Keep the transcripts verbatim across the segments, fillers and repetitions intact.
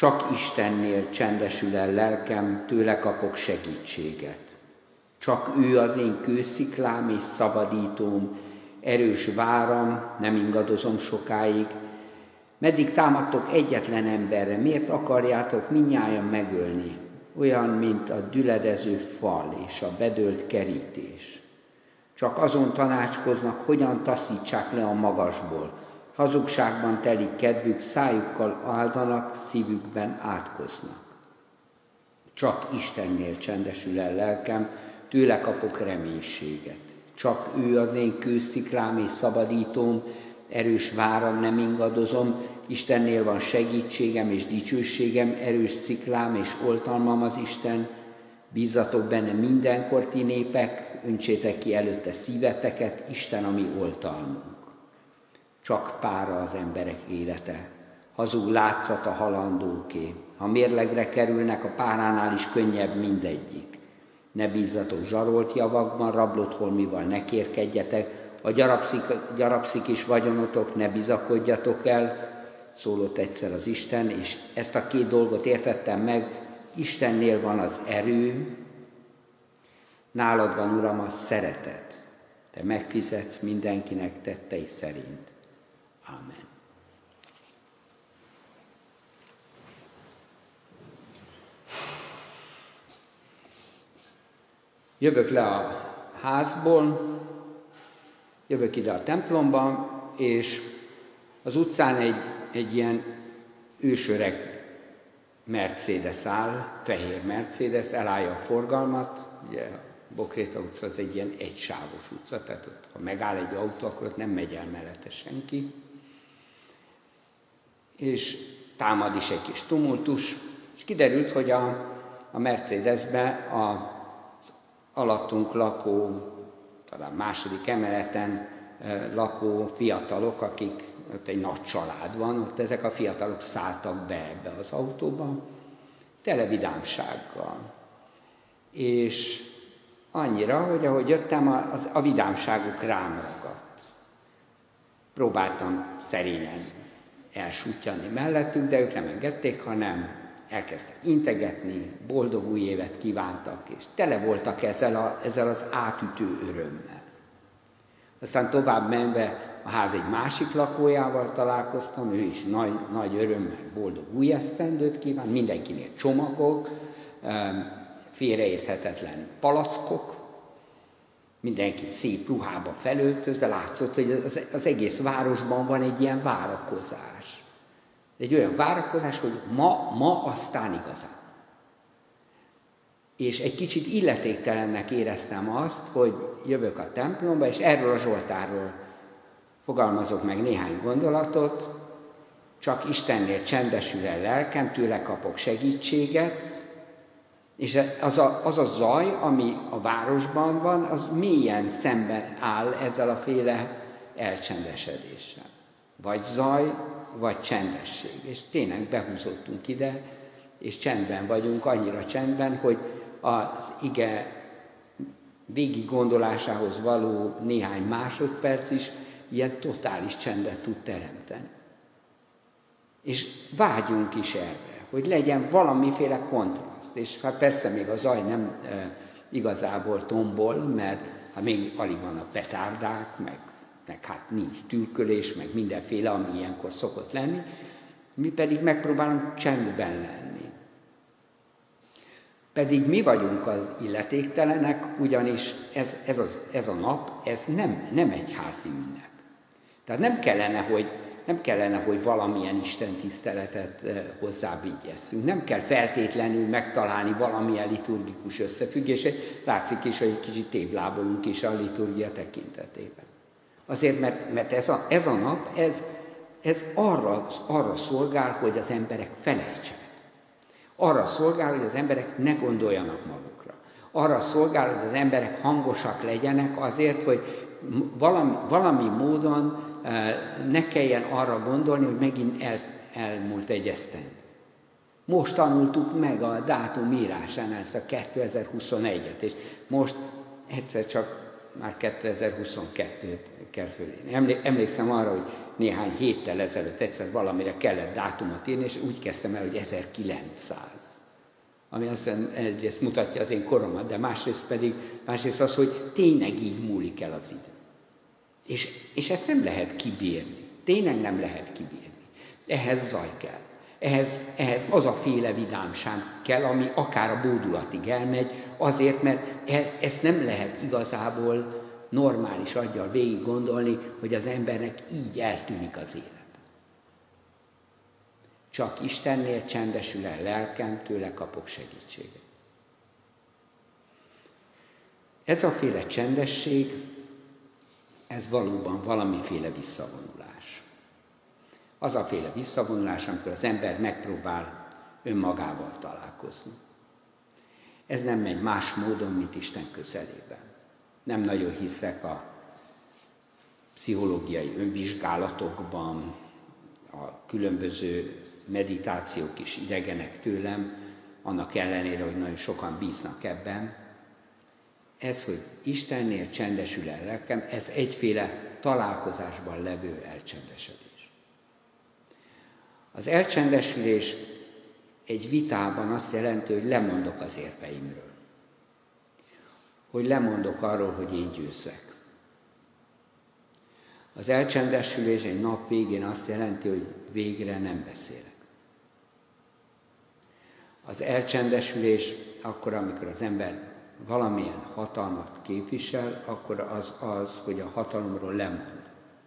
Csak Istennél csendesül el lelkem, tőle kapok segítséget. Csak ő az én kősziklám és szabadítóm, erős váram, nem ingadozom sokáig. Meddig támadtok egyetlen emberre, miért akarjátok mindnyájan megölni? Olyan, mint a düledező fal és a bedőlt kerítés. Csak azon tanácskoznak, hogyan taszítsák le a magasból. Hazugságban telik kedvük, szájukkal áldanak, szívükben átkoznak. Csak Istennél csendesül el lelkem, tőle kapok reménységet. Csak ő az én kősziklám és szabadítóm, erős váram, nem ingadozom, Istennél van segítségem és dicsőségem, erős sziklám és oltalmam az Isten. Bízzatok benne mindenkor, ti népek, öntsétek ki előtte szíveteket, Isten a mi oltalmunk. Csak pára az emberek élete, hazug látszata halandóké. Ha mérlegre kerülnek, a páránál is könnyebb mindegyik. Ne bízzatok zsarolt javakban, rablott holmival ne kérkedjetek, a gyarapszik, gyarapszik is vagyonotok, ne bizakodjatok el, szólott egyszer az Isten, és ezt a két dolgot értettem meg, Istennél van az erő, nálad van, Uram, a szeretet. Te megfizetsz mindenkinek tettei szerint. Amen. Jövök le a házból, jövök ide a templomba, és az utcán egy, egy ilyen ősöreg Mercedes áll, fehér Mercedes, elállja a forgalmat. Ugye a Bokréta utca az egy ilyen egysávos utca, tehát ott, ha megáll egy autó, akkor ott nem megy el mellette senki. És támad is egy kis tumultus, és kiderült, hogy a, a Mercedesbe az alattunk lakó, talán második emeleten lakó fiatalok, akik, ott egy nagy család van, ott ezek a fiatalok szálltak be ebbe az autóba, tele vidámsággal. És annyira, hogy ahogy jöttem, a, a vidámságuk rám ragadt. Próbáltam szerényen elsútyani mellettük, de ők nem engedték, hanem elkezdtek integetni, boldog új évet kívántak, és tele voltak ezzel, a, ezzel az átütő örömmel. Aztán tovább menve a ház egy másik lakójával találkoztam, ő is nagy, nagy örömmel boldog új esztendőt kíván, mindenkinél csomagok, félreérthetetlen palackok, mindenki szép ruhába felöltözve, látszott, hogy az, az egész városban van egy ilyen várakozás. Egy olyan várakozás, hogy ma, ma aztán igazán. És egy kicsit illetéktelennek éreztem azt, hogy jövök a templomba, és erről a Zsoltárról fogalmazok meg néhány gondolatot. Csak Istennél csendesül el lelkem, tőle kapok segítséget, és az a, az a zaj, ami a városban van, az mélyen szemben áll ezzel a féle elcsendesedéssel. Vagy zaj, vagy csendesség. És tényleg behúzottunk ide, és csendben vagyunk, annyira csendben, hogy az ige végig gondolásához való néhány másodperc is ilyen totális csendet tud teremteni. És vágyunk is erre, hogy legyen valamiféle kontraszt. És hát persze még a zaj nem e, igazából tombol, mert hát még alig vannak petárdák, meg, meg hát nincs tűrkölés, meg mindenféle, ami ilyenkor szokott lenni. Mi pedig megpróbálunk csendben lenni. Pedig mi vagyunk az illetéktelenek, ugyanis ez, ez, az, ez a nap, ez nem, nem egy házi ünnep. Tehát nem kellene, hogy, nem kellene, hogy valamilyen istentiszteletet hozzávigyesszünk. Nem kell feltétlenül megtalálni valamilyen liturgikus összefüggését. Látszik is, hogy egy kicsit téblábolunk is a liturgia tekintetében. Azért, mert, mert ez, a, ez a nap, ez, ez arra, arra szolgál, hogy az emberek felejtsenek. Arra szolgál, hogy az emberek ne gondoljanak magukra. Arra szolgál, hogy az emberek hangosak legyenek azért, hogy valami, valami módon ne kelljen arra gondolni, hogy megint el, elmúlt egy esztendő. Most tanultuk meg a dátum írásánál ezt a kétezer-huszonegyet, és most egyszer csak már kétezer-huszonkettőt kell fölírni. Emlékszem arra, hogy néhány héttel ezelőtt egyszer valamire kellett dátumot írni, és úgy kezdtem el, hogy ezerkilencszáz. Ami azt egyrészt mutatja az én koromat, de másrészt pedig másrészt az, hogy tényleg így múlik el az idő. És, és ezt nem lehet kibírni. Tényleg nem lehet kibírni. Ehhez zaj kell. Ehhez, ehhez az a féle vidámság kell, ami akár a bódulatig elmegy, azért, mert e, ezt nem lehet igazából normális aggyal végig gondolni, hogy az embernek így eltűnik az élet. Csak Istennél csendesül el lelkem, tőle kapok segítséget. Ez a féle csendesség, ez valóban valamiféle visszavonulás. Az a féle visszavonulás, amikor az ember megpróbál önmagával találkozni. Ez nem megy más módon, mint Isten közelében. Nem nagyon hiszek a pszichológiai önvizsgálatokban, a különböző meditációk is idegenek tőlem, annak ellenére, hogy nagyon sokan bíznak ebben. Ez, hogy Istennél csendesül el lelkem, ez egyféle találkozásban levő elcsendesedés. Az elcsendesülés egy vitában azt jelenti, hogy lemondok az érveimről. Hogy lemondok arról, hogy én győzek. Az elcsendesülés egy nap végén azt jelenti, hogy végre nem beszélek. Az elcsendesülés akkor, amikor az ember valamilyen hatalmat képvisel, akkor az az, hogy a hatalomról lemond.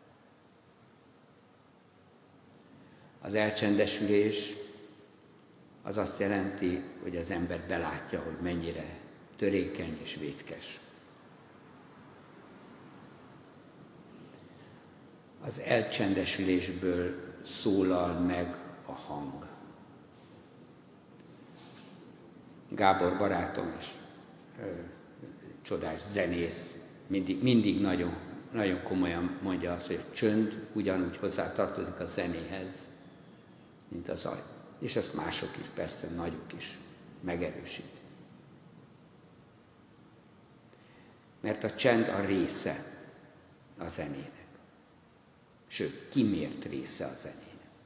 Az elcsendesülés az azt jelenti, hogy az ember belátja, hogy mennyire törékeny és vétkes. Az elcsendesülésből szólal meg a hang. Gábor barátom és ö, csodás zenész mindig, mindig nagyon, nagyon komolyan mondja azt, hogy a csönd ugyanúgy hozzátartozik a zenéhez, mint a zaj. És ezt mások is, persze nagyok is megerősít. Mert a csend a része a zenének. Sőt, kimért része a zenének.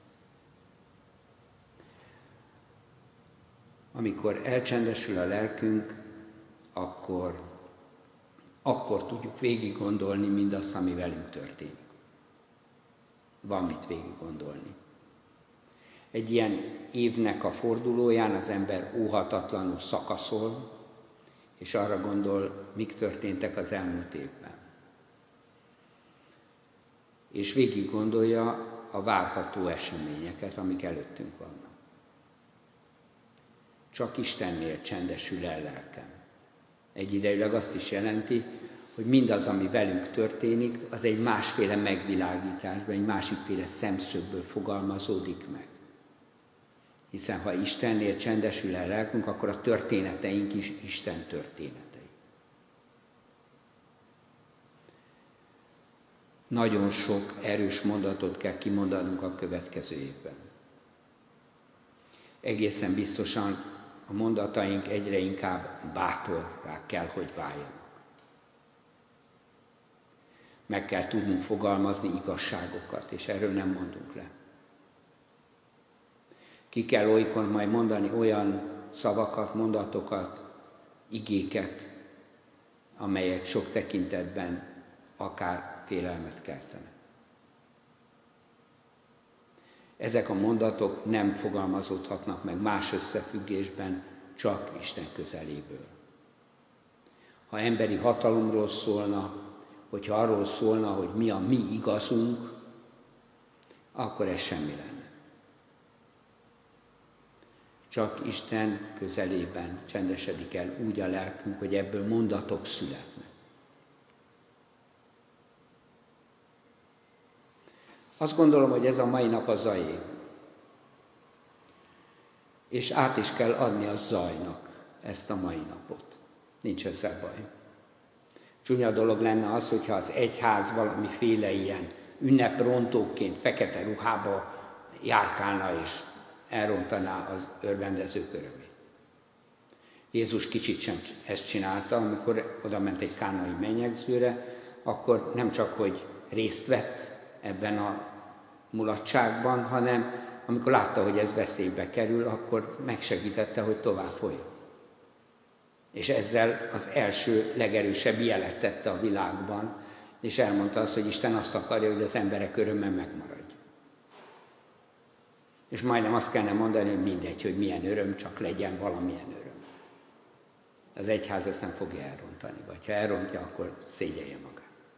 Amikor elcsendesül a lelkünk, akkor, akkor tudjuk végig gondolni mindazt, ami velünk történik. Van mit végig gondolni. Egy ilyen évnek a fordulóján az ember óhatatlanul szakaszol, és arra gondol, mik történtek az elmúlt évben. És végig gondolja a várható eseményeket, amik előttünk vannak. Csak Istennél csendesül el lelkem. Egyidejűleg azt is jelenti, hogy mindaz, ami velünk történik, az egy másféle megvilágításban, egy másikféle szemszögből fogalmazódik meg. Hiszen ha Istennél csendesül el lelkünk, akkor a történeteink is Isten történetei. Nagyon sok erős mondatot kell kimondanunk a következő évben. Egészen biztosan a mondataink egyre inkább bátorrá kell, hogy váljanak. Meg kell tudnunk fogalmazni igazságokat, és erről nem mondunk le. Ki kell olykor majd mondani olyan szavakat, mondatokat, igéket, amelyek sok tekintetben akár félelmet keltenek. Ezek a mondatok nem fogalmazódhatnak meg más összefüggésben, csak Isten közeléből. Ha emberi hatalomról szólna, hogyha arról szólna, hogy mi a mi igazunk, akkor ez semmi lenne. Csak Isten közelében csendesedik el úgy a lelkünk, hogy ebből mondatok születnek. Azt gondolom, hogy ez a mai nap a zajé. És át is kell adni a zajnak ezt a mai napot. Nincs ezzel baj. Csúnya dolog lenne az, hogyha az egyház valamiféle ilyen ünneprontóként fekete ruhába járkálna és elrontaná az örvendezők örömét. Jézus kicsit sem ezt csinálta, amikor oda ment egy kánai menyegzőre, akkor nem csak, hogy részt vett ebben a mulatságban, hanem amikor látta, hogy ez veszélybe kerül, akkor megsegítette, hogy tovább folyjon. És ezzel az első legerősebb jelet tette a világban, és elmondta azt, hogy Isten azt akarja, hogy az emberek öröme megmaradj. És majdnem azt kellene mondani, hogy mindegy, hogy milyen öröm, csak legyen valamilyen öröm. Az egyház ezt nem fogja elrontani, vagy ha elrontja, akkor szégyelje magát.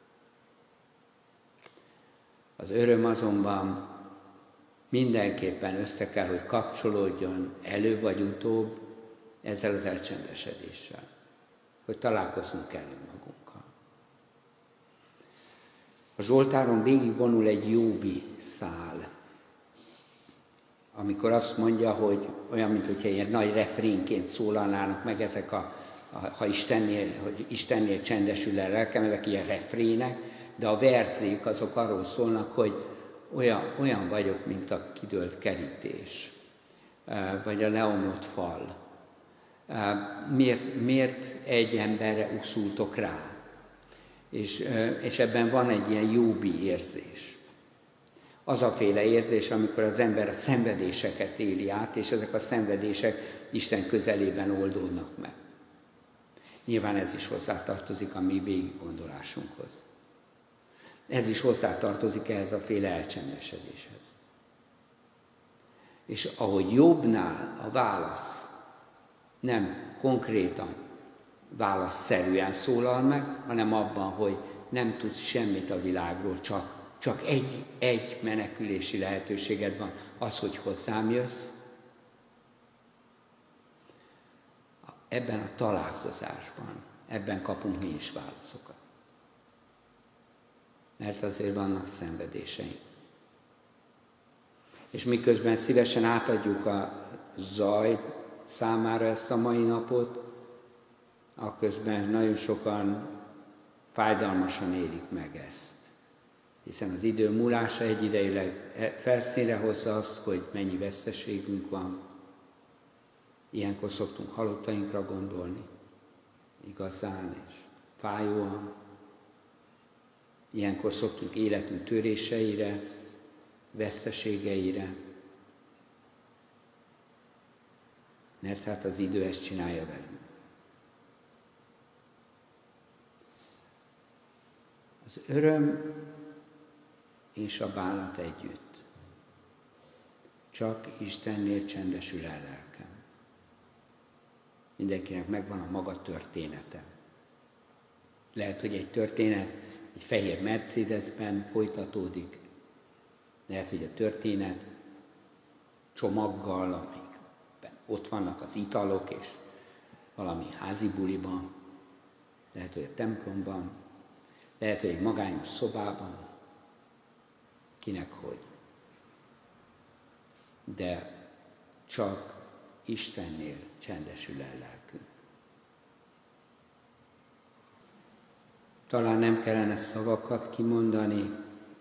Az öröm azonban mindenképpen össze kell, hogy kapcsolódjon előbb vagy utóbb ezzel az elcsendesedéssel, hogy találkoznunk kell önmagunkkal. A Zsoltáron végigvonul egy jóbi szál, amikor azt mondja, hogy olyan, mintha ilyen nagy refrénként szólalnának meg ezek a, a ha Istennél, hogy Istennél csendesül el lelkem, ezek ilyen refrének, de a verzék azok arról szólnak, hogy olyan, olyan vagyok, mint a kidőlt kerítés, vagy a leomlott fal. Miért, miért egy emberre uszultok rá? És, és ebben van egy ilyen jóbi érzés. Az a féle érzés, amikor az ember a szenvedéseket éli át, és ezek a szenvedések Isten közelében oldódnak meg. Nyilván ez is hozzátartozik a mi végiggondolásunkhoz. Ez is hozzátartozik ehhez a féle elcsendesedéshez. És ahogy Jobbnál a válasz nem konkrétan, válaszszerűen szólal meg, hanem abban, hogy nem tudsz semmit a világról, csak, csak egy, egy menekülési lehetőséged van, az, hogy hozzám jössz. Ebben a találkozásban, ebben kapunk mi is válaszokat. Mert azért vannak szenvedéseink. És miközben szívesen átadjuk a zaj számára ezt a mai napot, akközben nagyon sokan fájdalmasan élik meg ezt. Hiszen az idő múlása egyidejileg felszínre hozza azt, hogy mennyi veszteségünk van. Ilyenkor szoktunk halottainkra gondolni, igazán és fájóan. Ilyenkor szoktunk életünk töréseire, veszteségeire, mert hát az idő ezt csinálja velünk. Az öröm és a bánat együtt. Csak Istennél csendesül el lelkem. Mindenkinek megvan a maga története. Lehet, hogy egy történet egy fehér Mercedesben folytatódik. Lehet, hogy a történet csomaggal, amikben ott vannak az italok, és valami házi buliban. Lehet, hogy a templomban. Lehet, hogy egy magányos szobában. Kinek hogy. De csak Istennél csendesül el lelkünk. Talán nem kellene szavakat kimondani,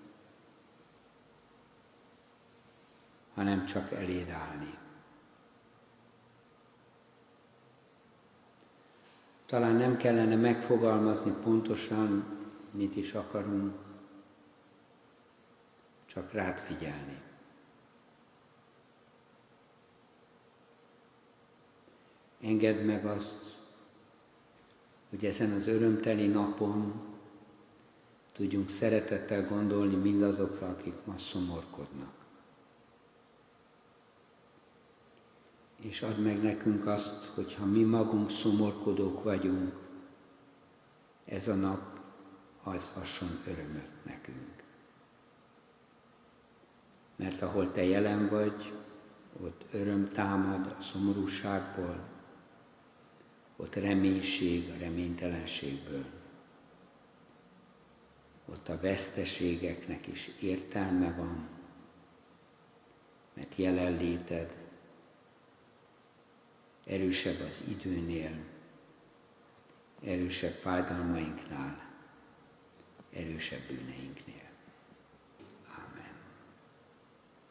hanem csak eléd állni. Talán nem kellene megfogalmazni pontosan, mit is akarunk, csak rád figyelni. Engedd meg azt, hogy ezen az örömteli napon tudjunk szeretettel gondolni mindazokra, akik ma szomorkodnak. És add meg nekünk azt, hogy ha mi magunk szomorkodók vagyunk, ez a nap adhasson örömöt nekünk. Mert ahol te jelen vagy, ott öröm támad a szomorúságból, ott reménység a reménytelenségből. Ott a veszteségeknek is értelme van, mert jelenléted erősebb az időnél, erősebb fájdalmainknál, erősebb bűneinknél.